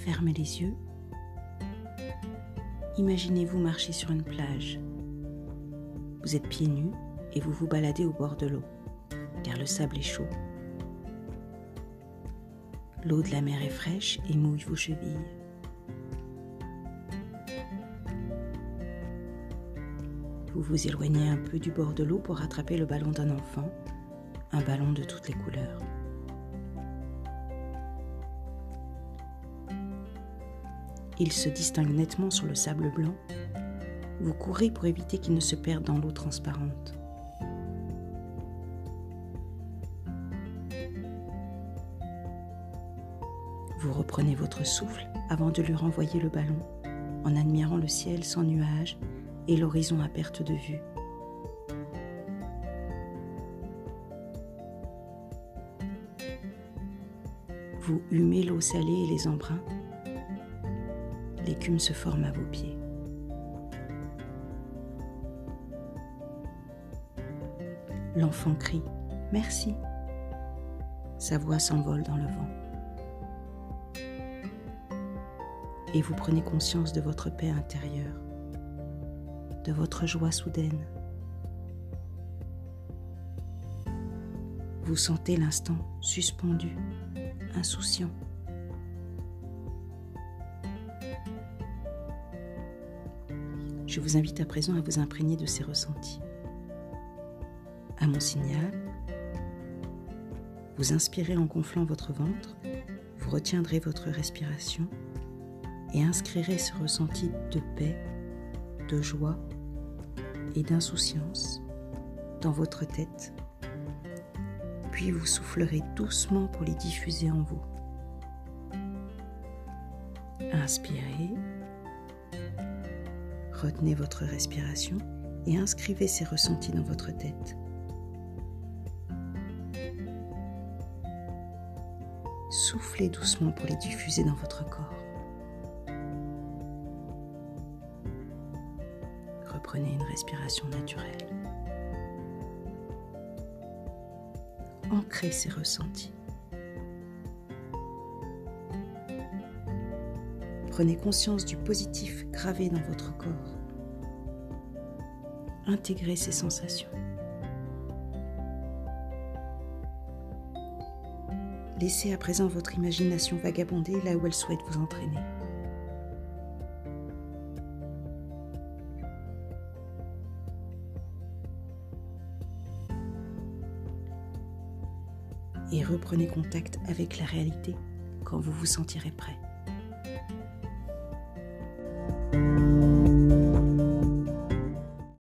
fermez les yeux. Imaginez-vous marcher sur une plage. Vous êtes pieds nus et vous vous baladez au bord de l'eau, car le sable est chaud. L'eau de la mer est fraîche et mouille vos chevilles. Vous vous éloignez un peu du bord de l'eau pour attraper le ballon d'un enfant, un ballon de toutes les couleurs. Il se distingue nettement sur le sable blanc. Vous courez pour éviter qu'il ne se perde dans l'eau transparente. Vous reprenez votre souffle avant de lui renvoyer le ballon, en admirant le ciel sans nuages et l'horizon à perte de vue. Vous humez l'eau salée et les embruns. L'écume se forme à vos pieds. L'enfant crie « Merci ». Sa voix s'envole dans le vent. Et vous prenez conscience de votre paix intérieure, de votre joie soudaine. Vous sentez l'instant suspendu, insouciant. Je vous invite à présent à vous imprégner de ces ressentis. À mon signal, vous inspirez en gonflant votre ventre, vous retiendrez votre respiration et inscrirez ce ressenti de paix, de joie et d'insouciance dans votre tête, puis vous soufflerez doucement pour les diffuser en vous. Inspirez, retenez votre respiration et inscrivez ces ressentis dans votre tête. Soufflez doucement pour les diffuser dans votre corps. Reprenez une respiration naturelle. Ancrez ces ressentis. Prenez conscience du positif gravé dans votre corps. Intégrez ces sensations. Laissez à présent votre imagination vagabonder là où elle souhaite vous entraîner. Et reprenez contact avec la réalité quand vous vous sentirez prêt.